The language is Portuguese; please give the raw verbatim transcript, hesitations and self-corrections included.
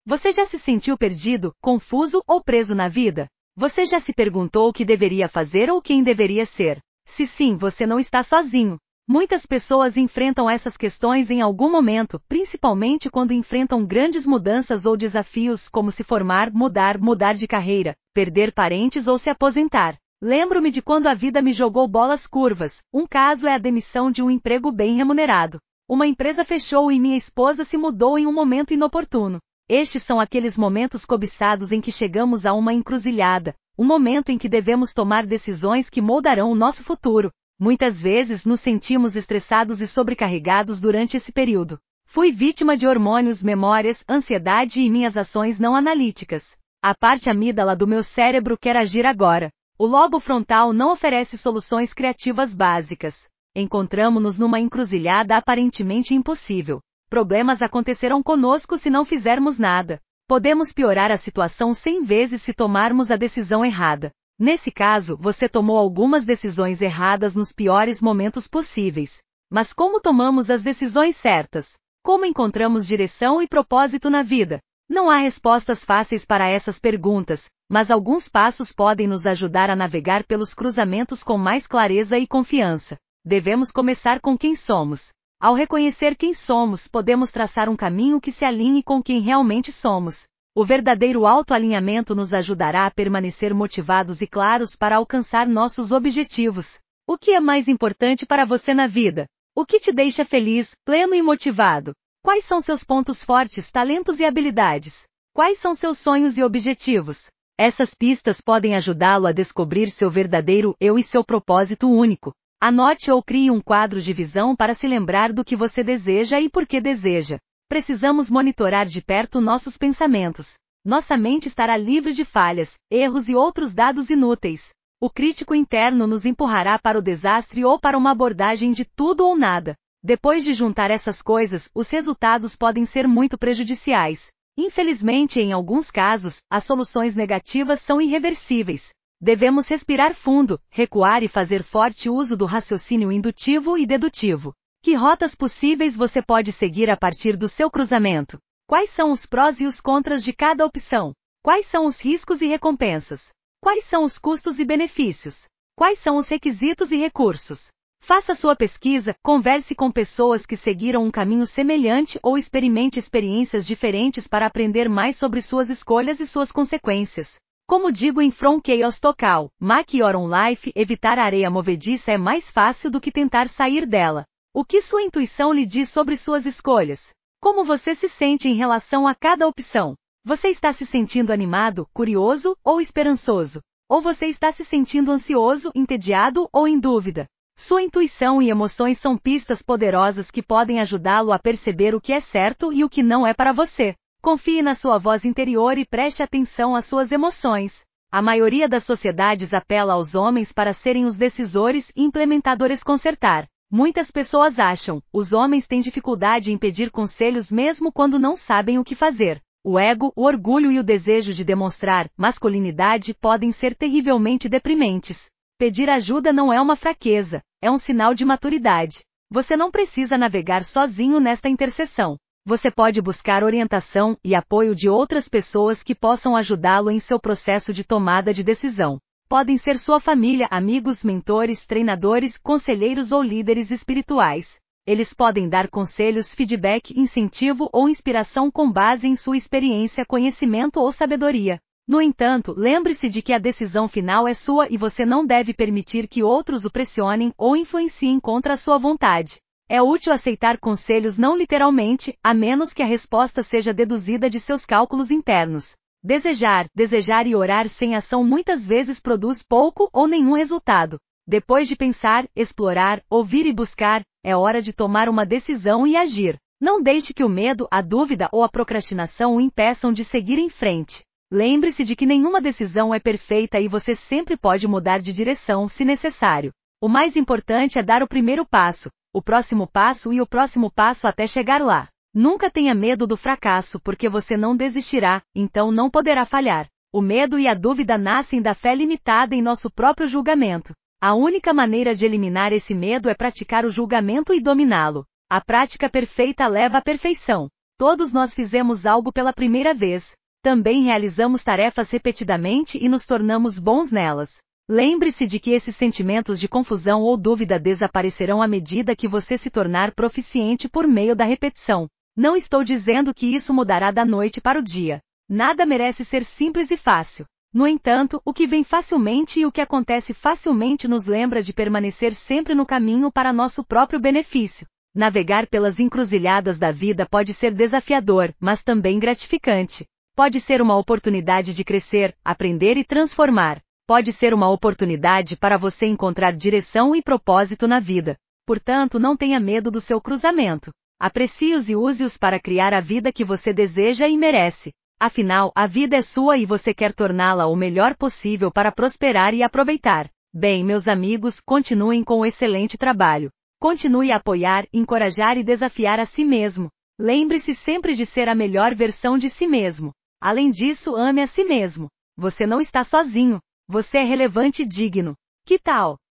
Você já se sentiu perdido, confuso ou preso na vida? Você já se perguntou o que deveria fazer ou quem deveria ser? Se sim, você não está sozinho. Muitas pessoas enfrentam essas questões em algum momento, principalmente quando enfrentam grandes mudanças ou desafios como se formar, mudar, mudar de carreira, perder parentes ou se aposentar. Lembro-me de quando a vida me jogou bolas curvas. Um caso é a demissão de um emprego bem remunerado. Uma empresa fechou e minha esposa se mudou em um momento inoportuno. Estes são aqueles momentos cobiçados em que chegamos a uma encruzilhada, um momento em que devemos tomar decisões que moldarão o nosso futuro. Muitas vezes nos sentimos estressados e sobrecarregados durante esse período. Fui vítima de hormônios, memórias, ansiedade e minhas ações não analíticas. A parte amígdala do meu cérebro quer agir agora. O lobo frontal não oferece soluções criativas básicas. Encontramo-nos numa encruzilhada aparentemente impossível. Problemas acontecerão conosco se não fizermos nada. Podemos piorar a situação cem vezes se tomarmos a decisão errada. Nesse caso, você tomou algumas decisões erradas nos piores momentos possíveis. Mas como tomamos as decisões certas? Como encontramos direção e propósito na vida? Não há respostas fáceis para essas perguntas, mas alguns passos podem nos ajudar a navegar pelos cruzamentos com mais clareza e confiança. Devemos começar com quem somos. Ao reconhecer quem somos, podemos traçar um caminho que se alinhe com quem realmente somos. O verdadeiro autoalinhamento nos ajudará a permanecer motivados e claros para alcançar nossos objetivos. O que é mais importante para você na vida? O que te deixa feliz, pleno e motivado? Quais são seus pontos fortes, talentos e habilidades? Quais são seus sonhos e objetivos? Essas pistas podem ajudá-lo a descobrir seu verdadeiro eu e seu propósito único. Anote ou crie um quadro de visão para se lembrar do que você deseja e por que deseja. Precisamos monitorar de perto nossos pensamentos. Nossa mente estará livre de falhas, erros e outros dados inúteis. O crítico interno nos empurrará para o desastre ou para uma abordagem de tudo ou nada. Depois de juntar essas coisas, os resultados podem ser muito prejudiciais. Infelizmente, em alguns casos, as soluções negativas são irreversíveis. Devemos respirar fundo, recuar e fazer forte uso do raciocínio indutivo e dedutivo. Que rotas possíveis você pode seguir a partir do seu cruzamento? Quais são os prós e os contras de cada opção? Quais são os riscos e recompensas? Quais são os custos e benefícios? Quais são os requisitos e recursos? Faça sua pesquisa, converse com pessoas que seguiram um caminho semelhante ou experimente experiências diferentes para aprender mais sobre suas escolhas e suas consequências. Como digo em From Chaos to Call, Make Your Own Life, evitar a areia movediça é mais fácil do que tentar sair dela. O que sua intuição lhe diz sobre suas escolhas? Como você se sente em relação a cada opção? Você está se sentindo animado, curioso ou esperançoso? Ou você está se sentindo ansioso, entediado ou em dúvida? Sua intuição e emoções são pistas poderosas que podem ajudá-lo a perceber o que é certo e o que não é para você. Confie na sua voz interior e preste atenção às suas emoções. A maioria das sociedades apela aos homens para serem os decisores e implementadores consertar. Muitas pessoas acham, os homens têm dificuldade em pedir conselhos mesmo quando não sabem o que fazer. O ego, o orgulho e o desejo de demonstrar masculinidade podem ser terrivelmente deprimentes. Pedir ajuda não é uma fraqueza, é um sinal de maturidade. Você não precisa navegar sozinho nesta interseção. Você pode buscar orientação e apoio de outras pessoas que possam ajudá-lo em seu processo de tomada de decisão. Podem ser sua família, amigos, mentores, treinadores, conselheiros ou líderes espirituais. Eles podem dar conselhos, feedback, incentivo ou inspiração com base em sua experiência, conhecimento ou sabedoria. No entanto, lembre-se de que a decisão final é sua e você não deve permitir que outros o pressionem ou influenciem contra a sua vontade. É útil aceitar conselhos não literalmente, a menos que a resposta seja deduzida de seus cálculos internos. Desejar, desejar e orar sem ação muitas vezes produz pouco ou nenhum resultado. Depois de pensar, explorar, ouvir e buscar, é hora de tomar uma decisão e agir. Não deixe que o medo, a dúvida ou a procrastinação o impeçam de seguir em frente. Lembre-se de que nenhuma decisão é perfeita e você sempre pode mudar de direção se necessário. O mais importante é dar o primeiro passo, o próximo passo e o próximo passo até chegar lá. Nunca tenha medo do fracasso porque você não desistirá, então não poderá falhar. O medo e a dúvida nascem da fé limitada em nosso próprio julgamento. A única maneira de eliminar esse medo é praticar o julgamento e dominá-lo. A prática perfeita leva à perfeição. Todos nós fizemos algo pela primeira vez. Também realizamos tarefas repetidamente e nos tornamos bons nelas. Lembre-se de que esses sentimentos de confusão ou dúvida desaparecerão à medida que você se tornar proficiente por meio da repetição. Não estou dizendo que isso mudará da noite para o dia. Nada merece ser simples e fácil. No entanto, o que vem facilmente e o que acontece facilmente nos lembra de permanecer sempre no caminho para nosso próprio benefício. Navegar pelas encruzilhadas da vida pode ser desafiador, mas também gratificante. Pode ser uma oportunidade de crescer, aprender e transformar. Pode ser uma oportunidade para você encontrar direção e propósito na vida. Portanto, não tenha medo do seu cruzamento. Aprecie-os e use-os para criar a vida que você deseja e merece. Afinal, a vida é sua e você quer torná-la o melhor possível para prosperar e aproveitar. Bem, meus amigos, continuem com o excelente trabalho. Continue a apoiar, encorajar e desafiar a si mesmo. Lembre-se sempre de ser a melhor versão de si mesmo. Além disso, ame a si mesmo. Você não está sozinho. Você é relevante e digno. Que tal?